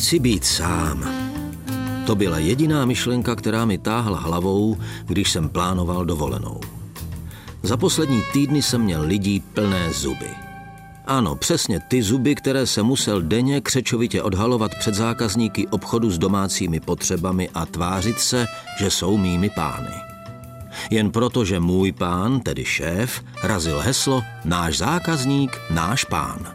Chci být sám. To byla jediná myšlenka, která mi táhla hlavou, když jsem plánoval dovolenou. Za poslední týdny jsem měl lidí plné zuby. Ano, přesně ty zuby, které jsem musel denně křečovitě odhalovat před zákazníky obchodu s domácími potřebami a tvářit se, že jsou mými pány. Jen proto, že můj pán, tedy šéf, razil heslo náš zákazník, náš pán.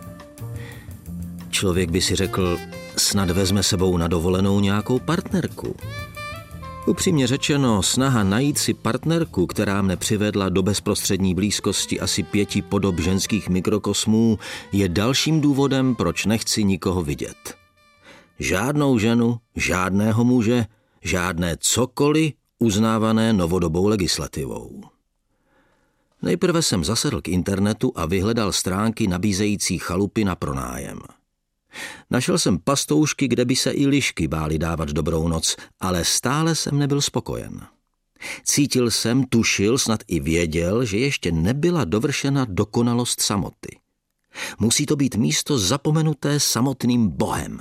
Člověk by si řekl, snad vezme sebou na dovolenou nějakou partnerku. Upřímně řečeno, snaha najít si partnerku, která mne přivedla do bezprostřední blízkosti asi 5 podob ženských mikrokosmů, je dalším důvodem, proč nechci nikoho vidět. Žádnou ženu, žádného muže, žádné cokoliv uznávané novodobou legislativou. Nejprve jsem zasedl k internetu a vyhledal stránky nabízející chalupy na pronájem. Našel jsem pastoušky, kde by se i lišky bály dávat dobrou noc, ale stále jsem nebyl spokojen. Cítil jsem, tušil, snad i věděl, že ještě nebyla dovršena dokonalost samoty. Musí to být místo zapomenuté samotným Bohem.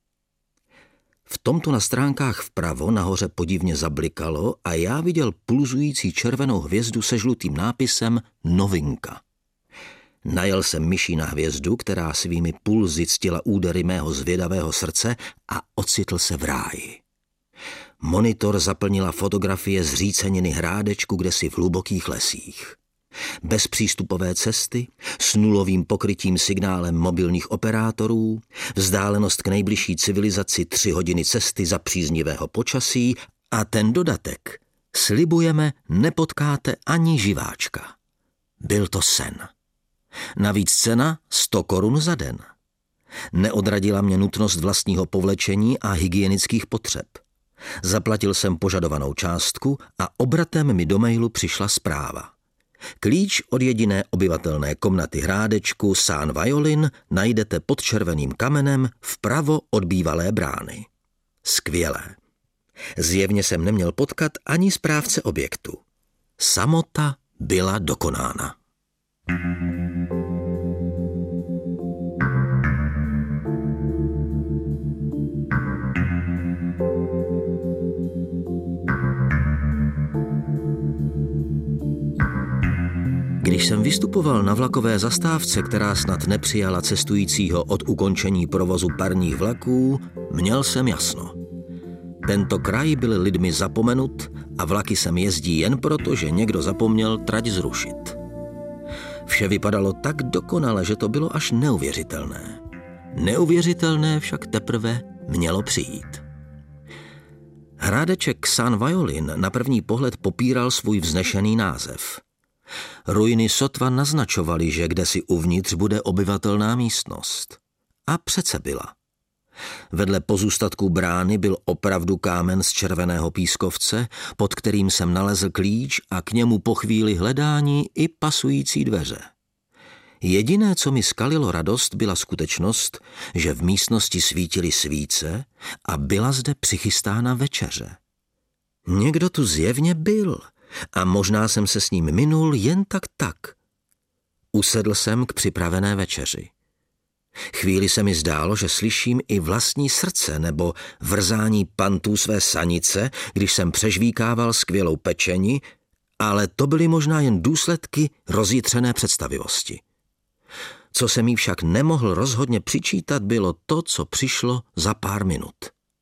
V tomto na stránkách vpravo nahoře podivně zablikalo a já viděl pulzující červenou hvězdu se žlutým nápisem Novinka. Najel jsem myší na hvězdu, která svými pulzy ctila údery mého zvědavého srdce a ocitl se v ráji. Monitor zaplnila fotografie zříceniny Hrádečku kdesi v hlubokých lesích. Bezpřístupové cesty, s nulovým pokrytím signálem mobilních operátorů, vzdálenost k nejbližší civilizaci 3 hodiny cesty za příznivého počasí a ten dodatek. Slibujeme, nepotkáte ani živáčka. Byl to sen. Navíc cena 100 korun za den. Neodradila mě nutnost vlastního povlečení a hygienických potřeb. Zaplatil jsem požadovanou částku a obratem mi do mailu přišla zpráva. Klíč od jediné obyvatelné komnaty Hrádečku San Violin najdete pod červeným kamenem vpravo od bývalé brány. Skvělé. Zjevně jsem neměl potkat ani správce objektu. Samota byla dokonána. Když jsem vystupoval na vlakové zastávce, která snad nepřijala cestujícího od ukončení provozu parních vlaků, měl jsem jasno. Tento kraj byl lidmi zapomenut a vlaky sem jezdí jen proto, že někdo zapomněl trať zrušit. Vše vypadalo tak dokonale, že to bylo až neuvěřitelné. Neuvěřitelné však teprve mělo přijít. Hrádeček San Violin na první pohled popíral svůj vznešený název. Ruiny sotva naznačovaly, že kdesi uvnitř bude obyvatelná místnost. A přece byla. Vedle pozůstatků brány byl opravdu kámen z červeného pískovce, pod kterým jsem nalezl klíč a k němu po chvíli hledání i pasující dveře. Jediné, co mi skalilo radost, byla skutečnost, že v místnosti svítily svíce a byla zde přichystána večeře. Někdo tu zjevně byl a možná jsem se s ním minul jen tak. Usedl jsem k připravené večeři. Chvíli se mi zdálo, že slyším i vlastní srdce nebo vrzání pantů své sanice, když jsem přežvíkával skvělou pečeni, ale to byly možná jen důsledky rozjitřené představivosti. Co jsem jí však nemohl rozhodně přičítat, bylo to, co přišlo za pár minut.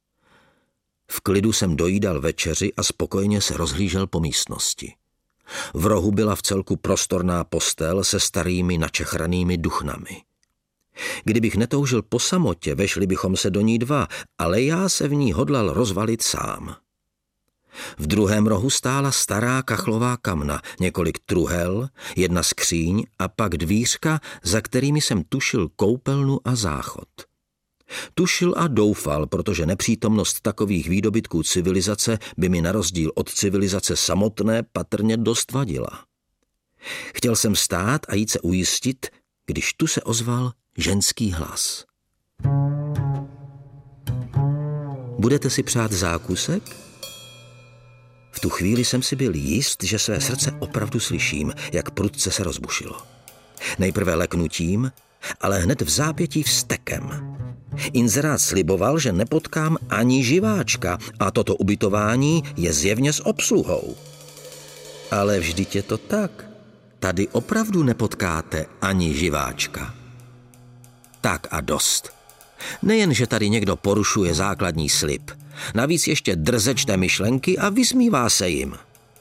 V klidu jsem dojídal večeři a spokojně se rozhlížel po místnosti. V rohu byla vcelku prostorná postel se starými načechranými duchnami. Kdybych netoužil po samotě, vešli bychom se do ní 2, ale já se v ní hodlal rozvalit sám. V druhém rohu stála stará kachlová kamna, několik truhel, 1 skříň a pak dvířka, za kterými jsem tušil koupelnu a záchod. Tušil a doufal, protože nepřítomnost takových výdobytků civilizace by mi na rozdíl od civilizace samotné patrně dost vadila. Chtěl jsem stát a jít se ujistit, když tu se ozval ženský hlas. Budete si přát zákusek? V tu chvíli jsem si byl jist, že své srdce opravdu slyším, jak prudce se rozbušilo. Nejprve leknutím, ale hned v zápětí vztekem. Inzerát sliboval, že nepotkám ani živáčka a toto ubytování je zjevně s obsluhou. Ale vždyť je to tak. Tady opravdu nepotkáte ani živáčka. Tak a dost. Nejen, že tady někdo porušuje základní slib, navíc ještě drze čte myšlenky a vysmívá se jim.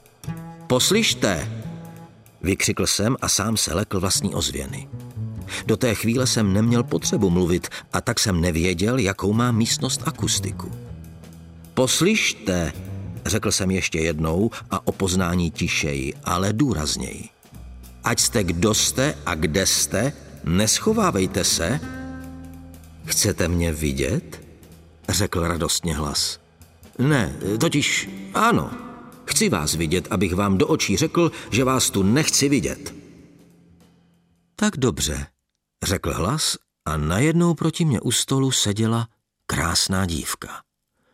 Poslyšte, vykřikl jsem a sám se lekl vlastní ozvěny. Do té chvíle jsem neměl potřebu mluvit a tak jsem nevěděl, jakou má místnost akustiku. Poslyšte, řekl jsem ještě jednou a o poznání tišeji, ale důrazněji. Ať jste kdo jste a kde jste, neschovávejte se. Chcete mě vidět? Řekl radostně hlas. Ne, totiž ano. Chci vás vidět, abych vám do očí řekl, že vás tu nechci vidět. Tak dobře, řekl hlas a najednou proti mě u stolu seděla krásná dívka.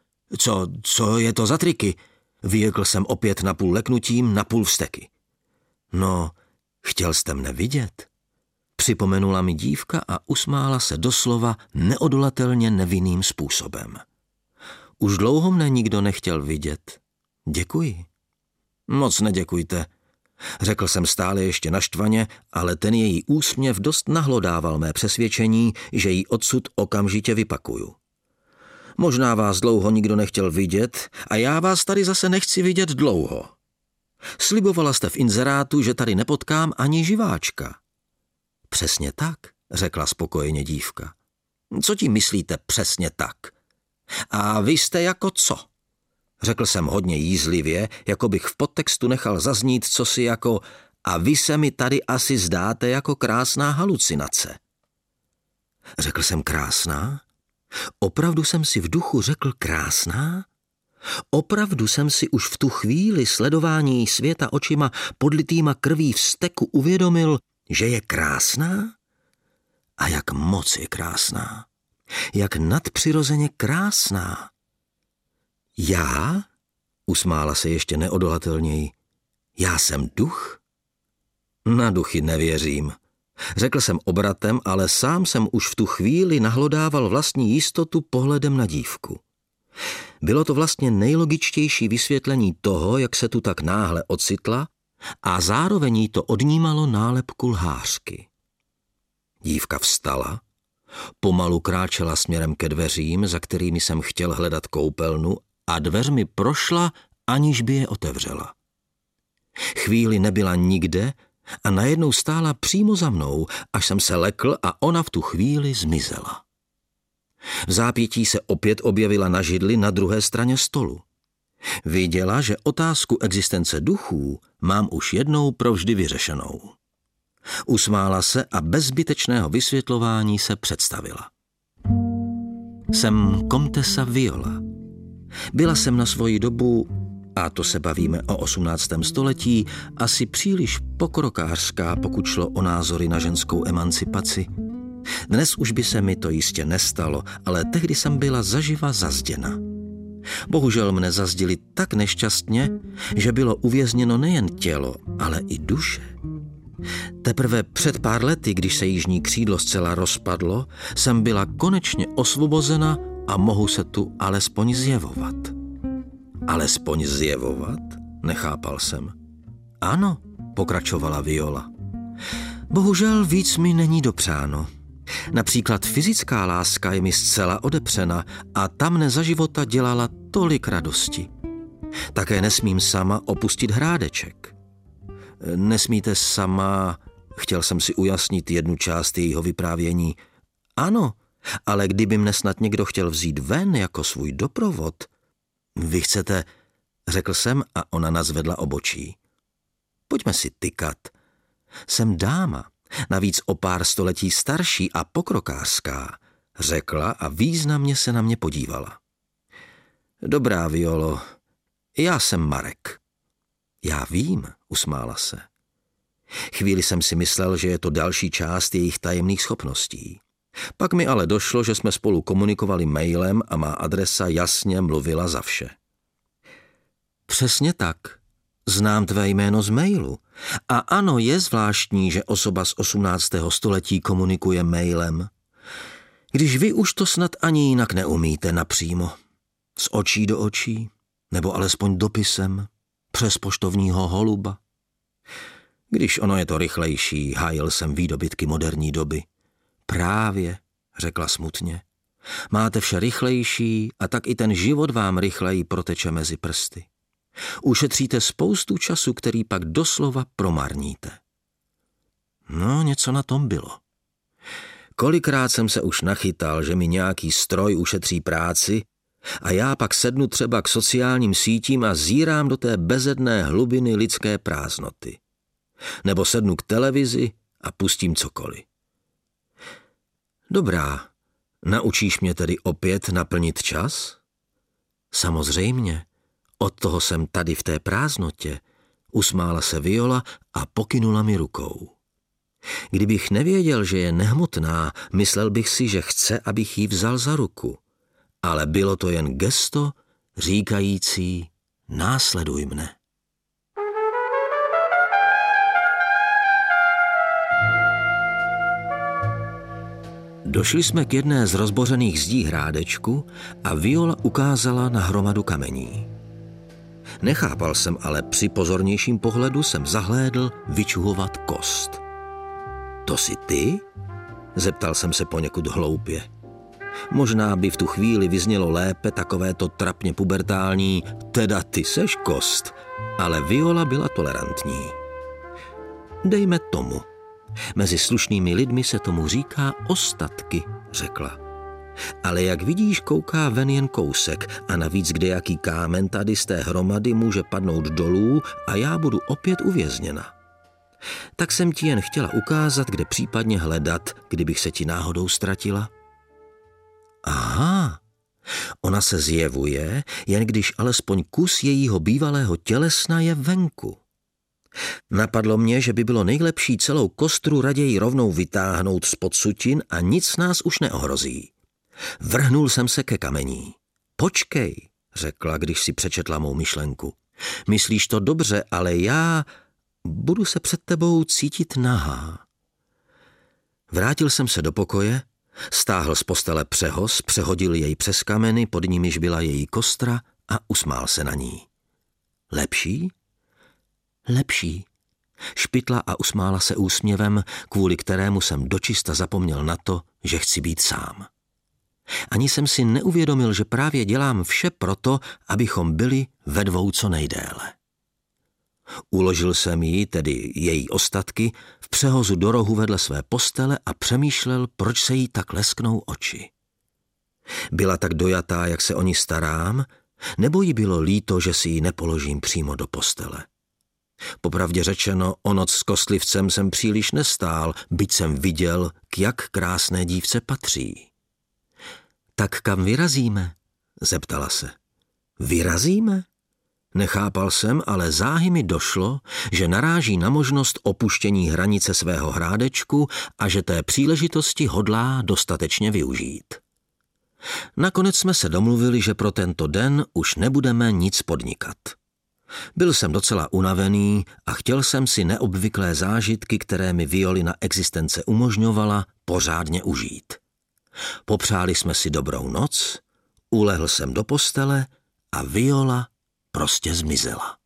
Co je to za triky? Vyjekl jsem opět napůl leknutím, napůl vzteky. No, chtěl jste mne vidět? Připomenula mi dívka a usmála se doslova neodolatelně nevinným způsobem. Už dlouho mne nikdo nechtěl vidět. Děkuji. Moc neděkujte, řekl jsem stále ještě naštvaně, ale ten její úsměv dost nahlodával mé přesvědčení, že ji odsud okamžitě vypakuju. Možná vás dlouho nikdo nechtěl vidět a já vás tady zase nechci vidět dlouho. Slibovala jste v inzerátu, že tady nepotkám ani živáčka. Přesně tak, řekla spokojeně dívka. Co tím myslíte přesně tak? A vy jste jako co? Řekl jsem hodně jízlivě, jako bych v podtextu nechal zaznít cosi jako a vy se mi tady asi zdáte jako krásná halucinace. Řekl jsem krásná? Opravdu jsem si v duchu řekl krásná? Opravdu jsem si už v tu chvíli sledování světa očima podlitýma krví vzteku uvědomil, že je krásná? A jak moc je krásná? Jak nadpřirozeně krásná? Já? Usmála se ještě neodolatelněji. Já jsem duch? Na duchy nevěřím. Řekl jsem obratem, ale sám jsem už v tu chvíli nahlodával vlastní jistotu pohledem na dívku. Bylo to vlastně nejlogičtější vysvětlení toho, jak se tu tak náhle ocitla a zároveň jí to odnímalo nálepku lhářky. Dívka vstala, pomalu kráčela směrem ke dveřím, za kterými jsem chtěl hledat koupelnu a dveřmi prošla, aniž by je otevřela. Chvíli nebyla nikde a najednou stála přímo za mnou, až jsem se lekl a ona v tu chvíli zmizela. V zápětí se opět objevila na židli na druhé straně stolu. Viděla, že otázku existence duchů mám už jednou provždy vyřešenou. Usmála se a bez zbytečného vysvětlování se představila. Jsem komtesa Viola. Byla jsem na svoji dobu, a to se bavíme o 18. století, asi příliš pokrokářská, pokud šlo o názory na ženskou emancipaci. Dnes už by se mi to jistě nestalo, ale tehdy jsem byla zaživa zazděna. Bohužel mne zazdili tak nešťastně, že bylo uvězněno nejen tělo, ale i duše. Teprve před pár lety, když se jižní křídlo zcela rozpadlo, jsem byla konečně osvobozena a mohu se tu alespoň zjevovat. Alespoň zjevovat? Nechápal jsem. Ano, pokračovala Viola. Bohužel víc mi není dopřáno. Například fyzická láska je mi zcela odepřena a ta mne za života dělala tolik radosti. Také nesmím sama opustit Hrádeček. Nesmíte sama, chtěl jsem si ujasnit jednu část jejího vyprávění. Ano, ale kdyby mne snad někdo chtěl vzít ven jako svůj doprovod. Vy chcete, řekl jsem a ona nazvedla obočí. Pojďme si tykat. Jsem dáma, navíc o pár století starší a pokrokářská, řekla a významně se na mě podívala. Dobrá, Violo, já jsem Marek. Já vím, usmála se. Chvíli jsem si myslel, že je to další část jejich tajemných schopností. Pak mi ale došlo, že jsme spolu komunikovali mailem a má adresa jasně mluvila za vše. Přesně tak. Znám tvé jméno z mailu. A ano, je zvláštní, že osoba z 18. století komunikuje mailem. Když vy už to snad ani jinak neumíte napřímo. Z očí do očí, nebo alespoň dopisem, přes poštovního holuba. Když ono je to rychlejší, hájil jsem výdobytky moderní doby. Právě, řekla smutně. Máte vše rychlejší a tak i ten život vám rychleji proteče mezi prsty. Ušetříte spoustu času, který pak doslova promarníte. No, něco na tom bylo. Kolikrát jsem se už nachytal, že mi nějaký stroj ušetří práci a já pak sednu třeba k sociálním sítím a zírám do té bezedné hlubiny lidské prázdnoty. Nebo sednu k televizi a pustím cokoliv. Dobrá, naučíš mě tedy opět naplnit čas? Samozřejmě, od toho jsem tady v té prázdnotě, usmála se Viola a pokynula mi rukou. Kdybych nevěděl, že je nehmotná, myslel bych si, že chce, abych ji vzal za ruku. Ale bylo to jen gesto, říkající, následuj mne. Došli jsme k jedné z rozbořených zdí hrádečku a Viola ukázala na hromadu kamení. Nechápal jsem, ale při pozornějším pohledu jsem zahlédl vyčuhovat kost. To jsi ty? Zeptal jsem se poněkud hloupě. Možná by v tu chvíli vyznělo lépe takovéto trapně pubertální, teda ty seš kost, ale Viola byla tolerantní. Dejme tomu. Mezi slušnými lidmi se tomu říká ostatky, řekla. Ale jak vidíš, kouká ven jen kousek a navíc kdejaký kámen tady z té hromady může padnout dolů a já budu opět uvězněna. Tak jsem ti jen chtěla ukázat, kde případně hledat, kdybych se ti náhodou ztratila. Aha, ona se zjevuje, jen když alespoň kus jejího bývalého tělesna je venku. Napadlo mě, že by bylo nejlepší celou kostru raději rovnou vytáhnout spod sutin a nic nás už neohrozí. Vrhnul jsem se ke kamení. Počkej, řekla, když si přečetla mou myšlenku. Myslíš to dobře, ale já budu se před tebou cítit nahá. Vrátil jsem se do pokoje, stáhl z postele přehoz, přehodil jej přes kameny, pod nimiž byla její kostra a usmál se na ní. Lepší? Lepší. Špitla a usmála se úsměvem, kvůli kterému jsem dočista zapomněl na to, že chci být sám. Ani jsem si neuvědomil, že právě dělám vše proto, abychom byli ve dvou co nejdéle. Uložil jsem ji, tedy její ostatky, v přehozu do rohu vedle své postele a přemýšlel, proč se jí tak lesknou oči. Byla tak dojatá, jak se o ní starám, nebo jí bylo líto, že si ji nepoložím přímo do postele. Popravdě řečeno, o noc s kostlivcem jsem příliš nestál, byť jsem viděl, k jak krásné dívce patří. Tak kam vyrazíme? Zeptala se. Vyrazíme? Nechápal jsem, ale záhy mi došlo, že naráží na možnost opuštění hranice svého hrádečku a že té příležitosti hodlá dostatečně využít. Nakonec jsme se domluvili, že pro tento den už nebudeme nic podnikat. Byl jsem docela unavený a chtěl jsem si neobvyklé zážitky, které mi Violina existence umožňovala, pořádně užít. Popřáli jsme si dobrou noc, ulehl jsem do postele a Viola prostě zmizela.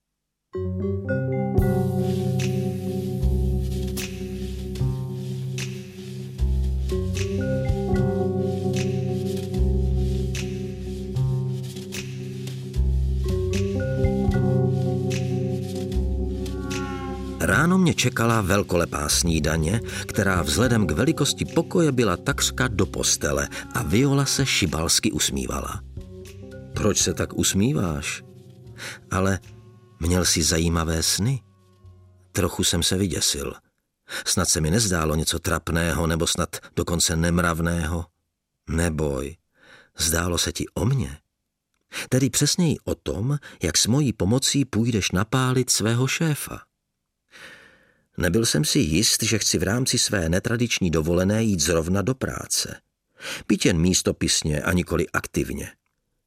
Ráno mě čekala velkolepá snídaně, která vzhledem k velikosti pokoje byla takřka do postele a Viola se šibalsky usmívala. Proč se tak usmíváš? Ale měl jsi zajímavé sny? Trochu jsem se vyděsil. Snad se mi nezdálo něco trapného nebo snad dokonce nemravného. Neboj, zdálo se ti o mně. Tedy přesněji o tom, jak s mojí pomocí půjdeš napálit svého šéfa. Nebyl jsem si jist, že chci v rámci své netradiční dovolené jít zrovna do práce. Byť jen místopisně a nikoli aktivně.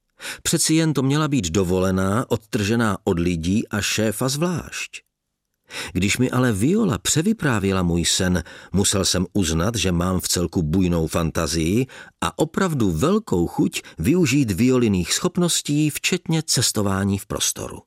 Přeci jen to měla být dovolená, odtržená od lidí a šéfa zvlášť. Když mi ale Viola převyprávěla můj sen, musel jsem uznat, že mám v celku bujnou fantazii a opravdu velkou chuť využít Violiných schopností, včetně cestování v prostoru.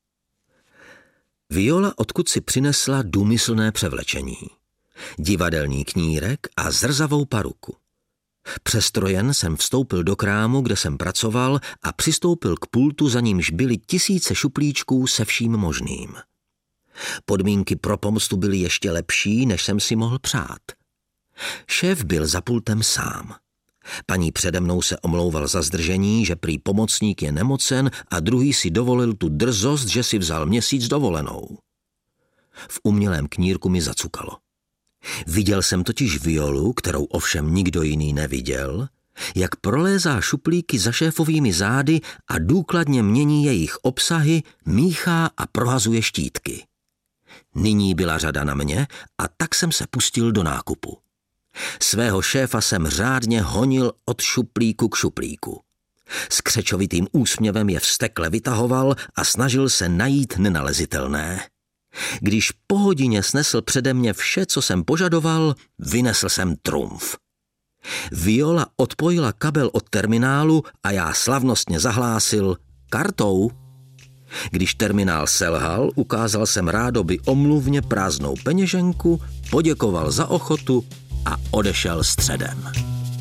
Viola odkud si přinesla důmyslné převlečení, divadelní knírek a zrzavou paruku. Přestrojen jsem vstoupil do krámu, kde jsem pracoval, a přistoupil k pultu, za nímž byly tisíce šuplíčků se vším možným. Podmínky pro pomstu byly ještě lepší, než jsem si mohl přát. Šéf byl za pultem sám. Paní přede mnou se omlouval za zdržení, že prý pomocník je nemocen, a druhý si dovolil tu drzost, že si vzal měsíc dovolenou. V umělém knírku mi zacukalo. Viděl jsem totiž Violu, kterou ovšem nikdo jiný neviděl, jak prolézá šuplíky za šéfovými zády a důkladně mění jejich obsahy, míchá a prohazuje štítky. Nyní byla řada na mě a tak jsem se pustil do nákupu. Svého šéfa jsem řádně honil od šuplíku k šuplíku. S křečovitým úsměvem je vztekle vytahoval a snažil se najít nenalezitelné. Když po hodině snesl přede mě vše, co jsem požadoval, vynesl jsem trumf. Viola odpojila kabel od terminálu a já slavnostně zahlásil kartou. Když terminál selhal, ukázal jsem rádoby omluvně prázdnou peněženku, poděkoval za ochotu a odešel středem.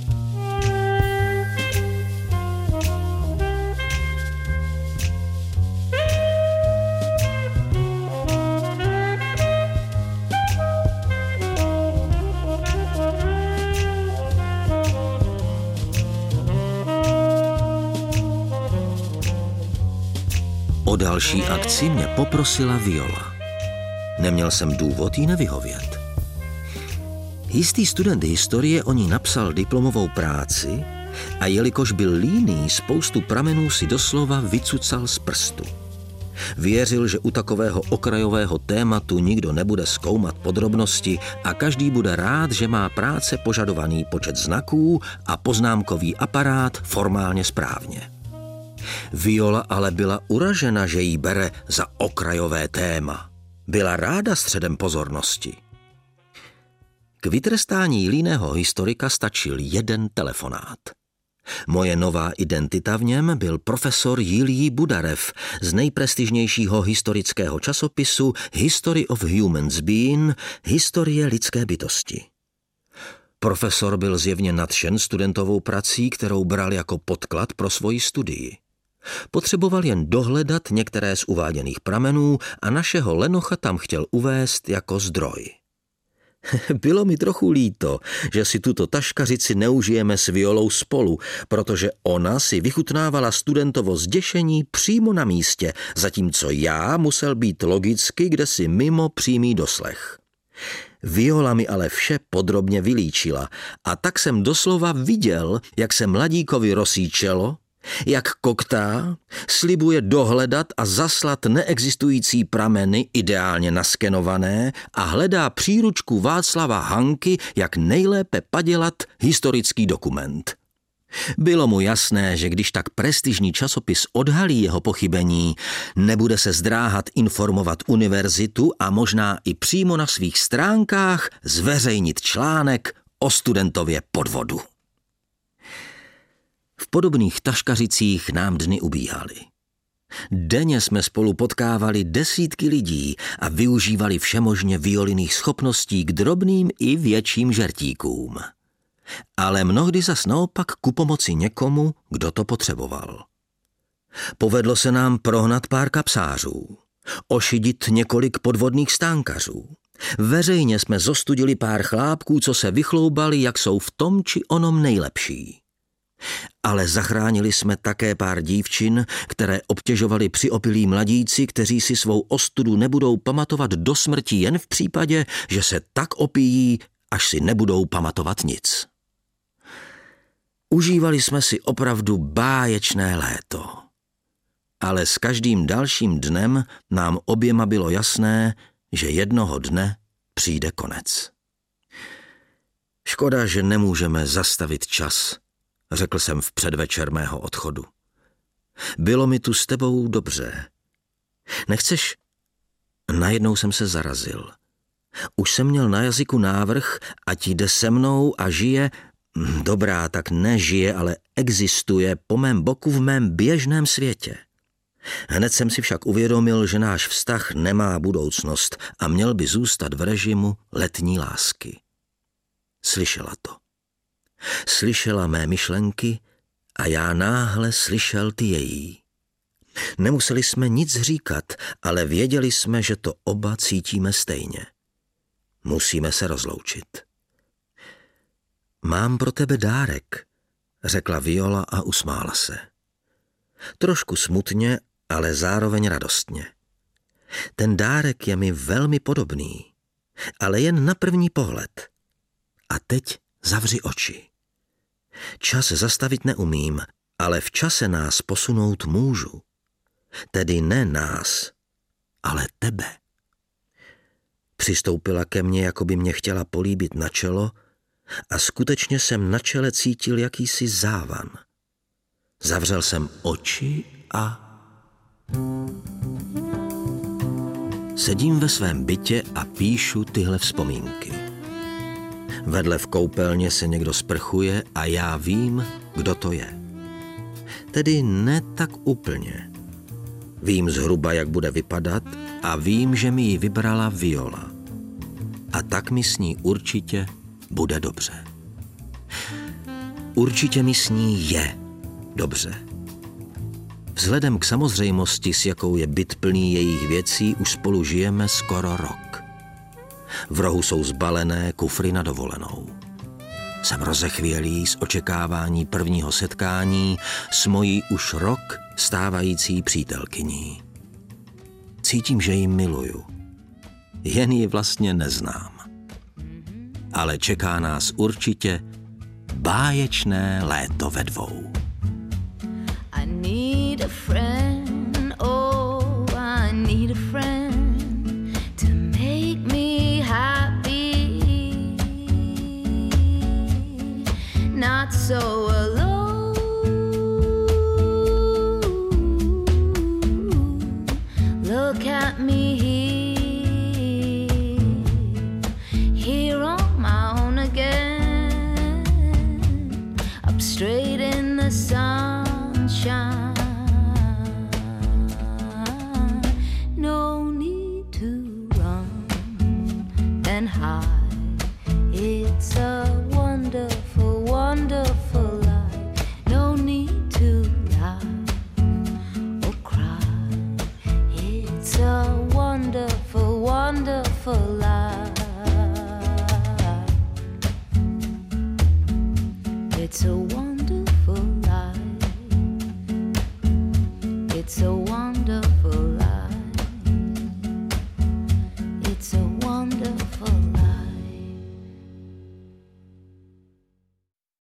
O další akci mě poprosila Viola. Neměl jsem důvod jí nevyhovět. Jistý student historie o ní napsal diplomovou práci a jelikož byl líný, spoustu pramenů si doslova vycucal z prstu. Věřil, že u takového okrajového tématu nikdo nebude zkoumat podrobnosti a každý bude rád, že má práce požadovaný počet znaků a poznámkový aparát formálně správně. Viola ale byla uražena, že jí bere za okrajové téma. Byla ráda středem pozornosti. K vytrestání líného historika stačil jeden telefonát. Moje nová identita v něm byl profesor Jiljí Budarev z nejprestižnějšího historického časopisu History of Humans Being, historie lidské bytosti. Profesor byl zjevně nadšen studentovou prací, kterou bral jako podklad pro svoji studii. Potřeboval jen dohledat některé z uváděných pramenů a našeho lenocha tam chtěl uvést jako zdroj. Bylo mi trochu líto, že si tuto taškařici neužijeme s Violou spolu, protože ona si vychutnávala studentovo zděšení přímo na místě, zatímco já musel být logicky kdesi mimo přímý doslech. Viola mi ale vše podrobně vylíčila a tak jsem doslova viděl, jak se mladíkovi rosí čelo, jak koktá, slibuje dohledat a zaslat neexistující prameny ideálně naskenované a hledá příručku Václava Hanky, jak nejlépe padělat historický dokument. Bylo mu jasné, že když tak prestižní časopis odhalí jeho pochybení, nebude se zdráhat informovat univerzitu a možná i přímo na svých stránkách zveřejnit článek o studentově podvodu. V podobných taškařicích nám dny ubíhaly. Denně jsme spolu potkávali desítky lidí a využívali všemožně Violiných schopností k drobným i větším žertíkům. Ale mnohdy zas naopak ku pomoci někomu, kdo to potřeboval. Povedlo se nám prohnat pár kapsářů, ošidit několik podvodných stánkařů. Veřejně jsme zostudili pár chlápků, co se vychloubali, jak jsou v tom či onom nejlepší. Ale zachránili jsme také pár dívčin, které obtěžovali přiopilí mladíci, kteří si svou ostudu nebudou pamatovat do smrti jen v případě, že se tak opíjí, až si nebudou pamatovat nic. Užívali jsme si opravdu báječné léto. Ale s každým dalším dnem nám oběma bylo jasné, že jednoho dne přijde konec. Škoda, že nemůžeme zastavit čas, řekl jsem v předvečer mého odchodu. Bylo mi tu s tebou dobře. Nechceš Najednou jsem se zarazil. Už jsem měl na jazyku návrh, ať jde se mnou a žije, dobrá, tak nežije, ale existuje po mém boku v mém běžném světě. Hned jsem si však uvědomil, že náš vztah nemá budoucnost a měl by zůstat v režimu letní lásky. Slyšela to. Slyšela mé myšlenky a já náhle slyšel ty její. Nemuseli jsme nic říkat, ale věděli jsme, že to oba cítíme stejně. Musíme se rozloučit. Mám pro tebe dárek, řekla Viola a usmála se. Trošku smutně, ale zároveň radostně. Ten dárek je mi velmi podobný, ale jen na první pohled. A teď zavři oči. Čas zastavit neumím, ale v čase nás posunout můžu. Tedy ne nás, ale tebe. Přistoupila ke mně, jako by mě chtěla políbit na čelo, a skutečně jsem na čele cítil jakýsi závan. Zavřel jsem oči a... Sedím ve svém bytě a píšu tyhle vzpomínky. Vedle v koupelně se někdo sprchuje a já vím, kdo to je. Tedy ne tak úplně. Vím zhruba, jak bude vypadat a vím, že mi ji vybrala Viola. A tak mi s ní určitě bude dobře. Určitě mi s ní je dobře. Vzhledem k samozřejmosti, s jakou je byt plný jejich věcí, už spolu žijeme skoro rok. V rohu jsou zbalené kufry na dovolenou. Jsem rozechvělý z očekávání prvního setkání s mojí už rok stávající přítelkyní. Cítím, že ji miluju. Jen ji vlastně neznám. Ale čeká nás určitě báječné léto ve dvou. I need a friend, oh, I need a friend to make me happy, not so alone. Look at me here on my own again, up straight in the sunshine. No need to run and hide. It's a wonderful, wonderful